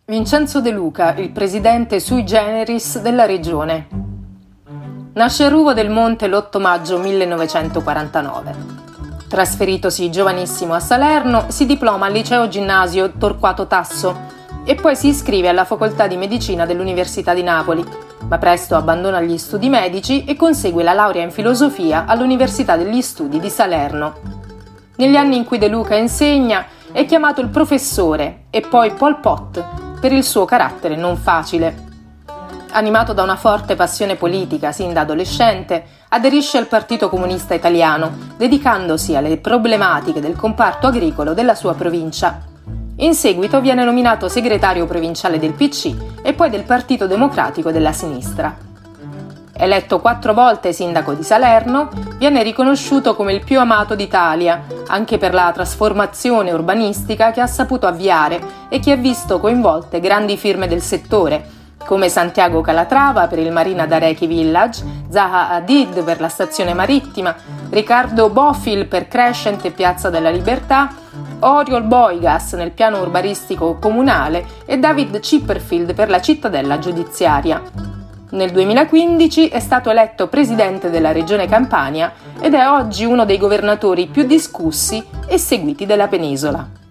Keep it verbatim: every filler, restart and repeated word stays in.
Vincenzo De Luca, il presidente sui generis della regione. Nasce a Ruvo del Monte l'otto maggio millenovecentoquarantanove. Trasferitosi giovanissimo a Salerno, si diploma al liceo ginnasio Torquato Tasso e poi si iscrive alla facoltà di medicina dell'Università di Napoli, ma presto abbandona gli studi medici e consegue la laurea in filosofia all'Università degli Studi di Salerno. Negli anni in cui De Luca insegna è chiamato il professore e poi Pol Pot per il suo carattere non facile. Animato da una forte passione politica sin da adolescente, aderisce al Partito Comunista Italiano, dedicandosi alle problematiche del comparto agricolo della sua provincia. In seguito viene nominato segretario provinciale del P C e poi del Partito Democratico della Sinistra. Eletto quattro volte sindaco di Salerno, viene riconosciuto come il più amato d'Italia, anche per la trasformazione urbanistica che ha saputo avviare e che ha visto coinvolte grandi firme del settore, come Santiago Calatrava per il Marina d'Arechi Village, Zaha Hadid per la stazione marittima, Riccardo Bofill per Crescent e Piazza della Libertà, Oriol Boigas nel piano urbanistico comunale e David Chipperfield per la cittadella giudiziaria. Nel duemilaquindici è stato eletto presidente della Regione Campania ed è oggi uno dei governatori più discussi e seguiti della penisola.